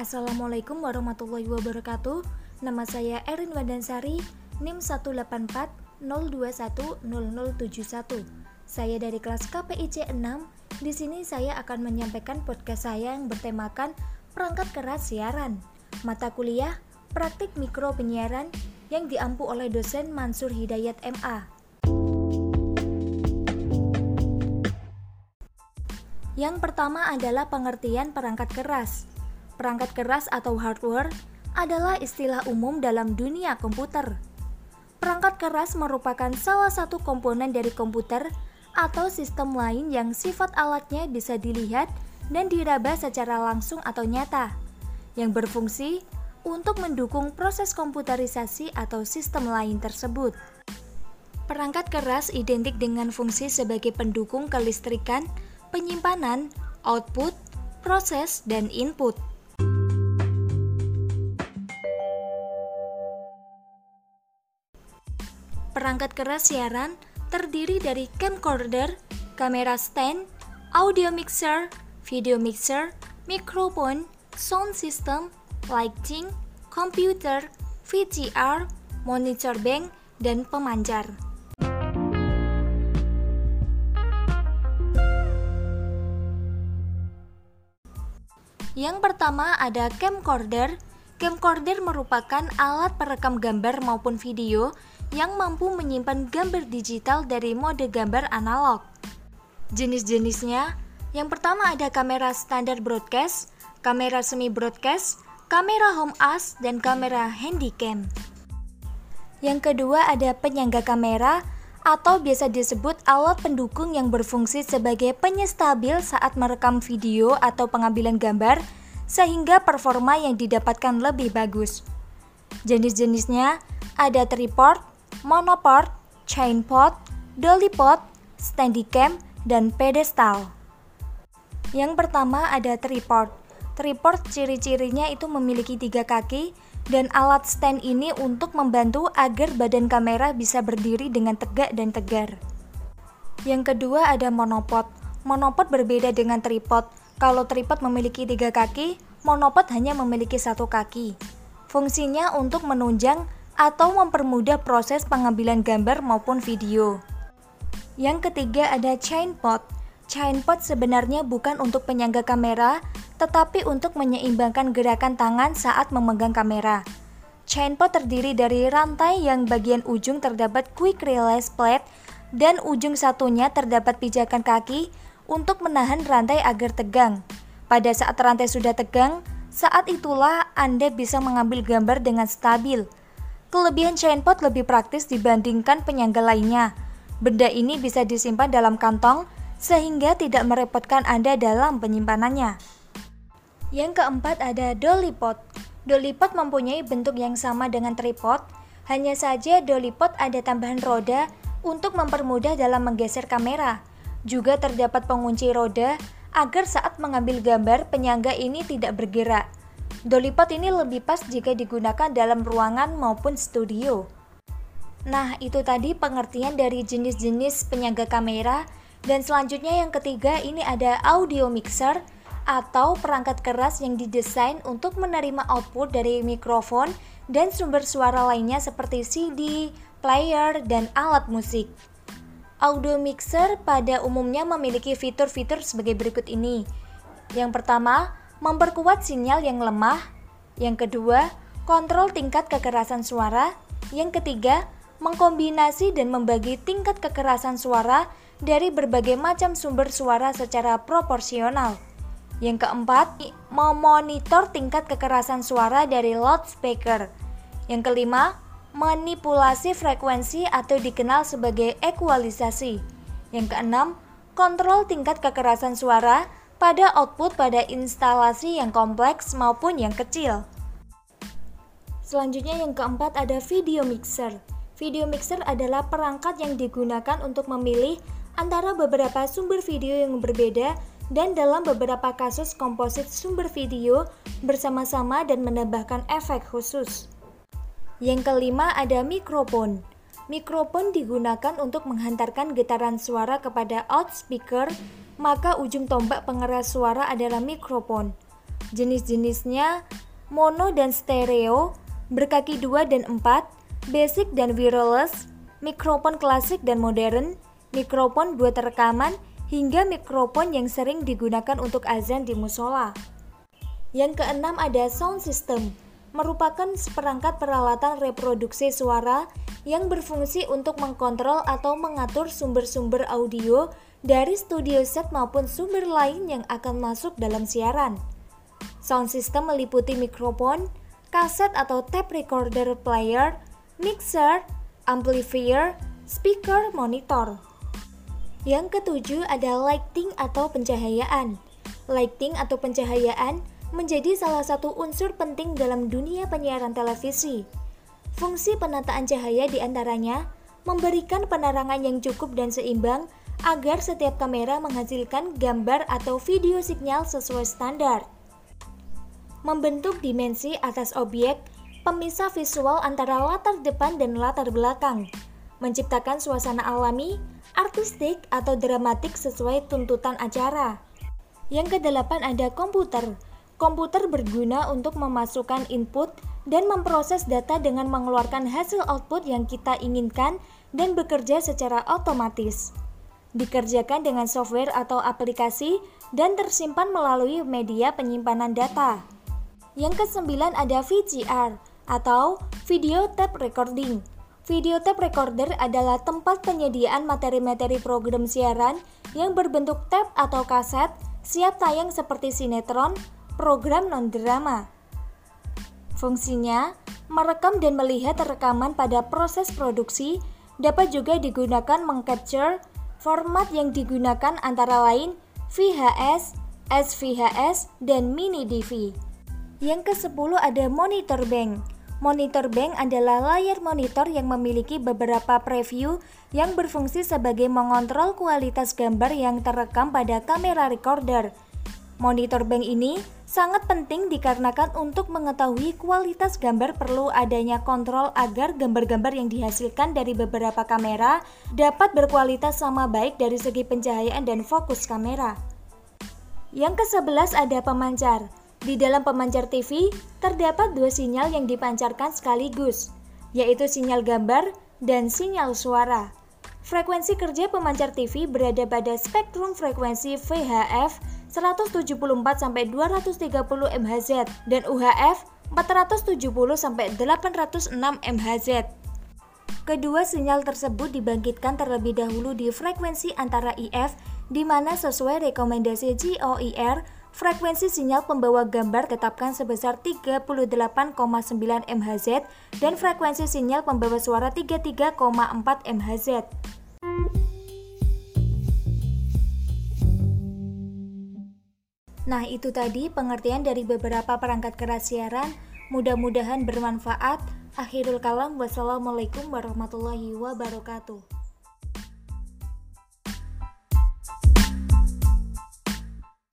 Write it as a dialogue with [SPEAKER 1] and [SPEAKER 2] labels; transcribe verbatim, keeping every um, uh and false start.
[SPEAKER 1] Assalamualaikum warahmatullahi wabarakatuh. Nama saya Erin Wadansari, N I M satu delapan empat nol dua satu nol nol tujuh satu. Saya dari kelas K P I C enam. Di sini saya akan menyampaikan podcast saya yang bertemakan perangkat keras siaran. Mata kuliah Praktik Mikro Penyiaran yang diampu oleh dosen Mansur Hidayat M A. Yang pertama adalah pengertian perangkat keras. Perangkat keras atau hardware adalah istilah umum dalam dunia komputer. Perangkat keras merupakan salah satu komponen dari komputer atau sistem lain yang sifat alatnya bisa dilihat dan diraba secara langsung atau nyata, yang berfungsi untuk mendukung proses komputerisasi atau sistem lain tersebut. Perangkat keras identik dengan fungsi sebagai pendukung kelistrikan, penyimpanan, output, proses, dan input. Perangkat keras siaran terdiri dari camcorder, kamera stand, audio mixer, video mixer, mikrofon, sound system, lighting, komputer, V C R, monitor bank, dan pemancar. Yang pertama ada camcorder. Camcorder merupakan alat perekam gambar maupun video yang mampu menyimpan gambar digital dari mode gambar analog. Jenis-jenisnya, yang pertama ada kamera standar broadcast, kamera semi broadcast, kamera home as, dan kamera handycam. Yang kedua ada penyangga kamera atau biasa disebut alat pendukung yang berfungsi sebagai penyestabil saat merekam video atau pengambilan gambar sehingga performa yang didapatkan lebih bagus. Jenis-jenisnya ada tripod, monopod, chainpod, dollypod, steadicam, dan pedestal. Yang pertama ada tripod. Tripod ciri-cirinya itu memiliki tiga kaki dan alat stand ini untuk membantu agar badan kamera bisa berdiri dengan tegak dan tegar. Yang kedua ada monopod. Monopod berbeda dengan tripod. Kalau tripod memiliki tiga kaki, monopod hanya memiliki satu kaki. Fungsinya untuk menunjang atau mempermudah proses pengambilan gambar maupun video. Yang ketiga ada chainpod. Chainpod sebenarnya bukan untuk penyangga kamera, tetapi untuk menyeimbangkan gerakan tangan saat memegang kamera. Chainpod terdiri dari rantai yang bagian ujung terdapat quick release plate dan ujung satunya terdapat pijakan kaki untuk menahan rantai agar tegang. Pada saat rantai sudah tegang, saat itulah Anda bisa mengambil gambar dengan stabil. Kelebihan chainpod lebih praktis dibandingkan penyangga lainnya. Benda ini bisa disimpan dalam kantong sehingga tidak merepotkan Anda dalam penyimpanannya. Yang keempat ada dollypod. Dollypod mempunyai bentuk yang sama dengan tripod, hanya saja dollypod ada tambahan roda untuk mempermudah dalam menggeser kamera. Juga terdapat pengunci roda agar saat mengambil gambar penyangga ini tidak bergerak. Dollypod ini lebih pas jika digunakan dalam ruangan maupun studio. Nah, itu tadi pengertian dari jenis-jenis penyangga kamera. Dan selanjutnya yang ketiga ini ada audio mixer atau perangkat keras yang didesain untuk menerima output dari mikrofon dan sumber suara lainnya seperti C D, player, dan alat musik. Audio mixer pada umumnya memiliki fitur-fitur sebagai berikut ini. Yang pertama, memperkuat sinyal yang lemah. Yang kedua, kontrol tingkat kekerasan suara. Yang ketiga, mengkombinasi dan membagi tingkat kekerasan suara dari berbagai macam sumber suara secara proporsional. Yang keempat, memonitor tingkat kekerasan suara dari loudspeaker. Yang kelima, manipulasi frekuensi atau dikenal sebagai ekualisasi. Yang keenam, kontrol tingkat kekerasan suara pada output pada instalasi yang kompleks maupun yang kecil. Selanjutnya yang keempat ada video mixer. Video mixer adalah perangkat yang digunakan untuk memilih antara beberapa sumber video yang berbeda dan dalam beberapa kasus komposit sumber video bersama-sama dan menambahkan efek khusus. Yang kelima ada mikrofon. Mikrofon digunakan untuk menghantarkan getaran suara kepada loudspeaker, maka ujung tombak pengeras suara adalah mikrofon. Jenis-jenisnya mono dan stereo, berkaki dua dan empat, basic dan wireless, mikrofon klasik dan modern, mikrofon buat rekaman, hingga mikrofon yang sering digunakan untuk azan di musola. Yang keenam ada sound system, merupakan seperangkat peralatan reproduksi suara yang berfungsi untuk mengkontrol atau mengatur sumber-sumber audio dari studio set maupun sumber lain yang akan masuk dalam siaran. Sound system meliputi mikrofon, kaset atau tape recorder player, mixer, amplifier, speaker, monitor. Yang ketujuh ada lighting atau pencahayaan. Lighting atau pencahayaan menjadi salah satu unsur penting dalam dunia penyiaran televisi. Fungsi penataan cahaya diantaranya memberikan penerangan yang cukup dan seimbang agar setiap kamera menghasilkan gambar atau video sinyal sesuai standar. Membentuk dimensi atas objek, pemisah visual antara latar depan dan latar belakang, menciptakan suasana alami, artistik atau dramatik sesuai tuntutan acara. Yang kedelapan ada komputer. Komputer berguna untuk memasukkan input dan memproses data dengan mengeluarkan hasil output yang kita inginkan dan bekerja secara otomatis. Dikerjakan dengan software atau aplikasi dan tersimpan melalui media penyimpanan data. Yang kesembilan ada V C R atau Video Tape Recording. Video tape recorder adalah tempat penyediaan materi-materi program siaran yang berbentuk tape atau kaset siap tayang seperti sinetron, program non-drama. Fungsinya, merekam dan melihat rekaman pada proses produksi, dapat juga digunakan mengcapture. Format yang digunakan antara lain V H S, S V H S, dan mini D V. Yang kesepuluh ada monitor bank. Monitor bank adalah layar monitor yang memiliki beberapa preview yang berfungsi sebagai mengontrol kualitas gambar yang terekam pada kamera recorder. Monitor bank ini sangat penting dikarenakan untuk mengetahui kualitas gambar perlu adanya kontrol agar gambar-gambar yang dihasilkan dari beberapa kamera dapat berkualitas sama baik dari segi pencahayaan dan fokus kamera. Yang kesebelas ada pemancar. Di dalam pemancar T V terdapat dua sinyal yang dipancarkan sekaligus, yaitu sinyal gambar dan sinyal suara. Frekuensi kerja pemancar T V berada pada spektrum frekuensi V H F seratus tujuh puluh empat sampai dua ratus tiga puluh megahertz dan U H F empat ratus tujuh puluh sampai delapan ratus enam megahertz. Kedua sinyal tersebut dibangkitkan terlebih dahulu di frekuensi antara I F, di mana sesuai rekomendasi G O I R, frekuensi sinyal pembawa gambar tetapkan sebesar tiga puluh delapan koma sembilan megahertz dan frekuensi sinyal pembawa suara tiga puluh tiga koma empat megahertz. Nah, itu tadi pengertian dari beberapa perangkat keras siaran. Mudah-mudahan bermanfaat. Akhirul kalam, wassalamualaikum warahmatullahi wabarakatuh.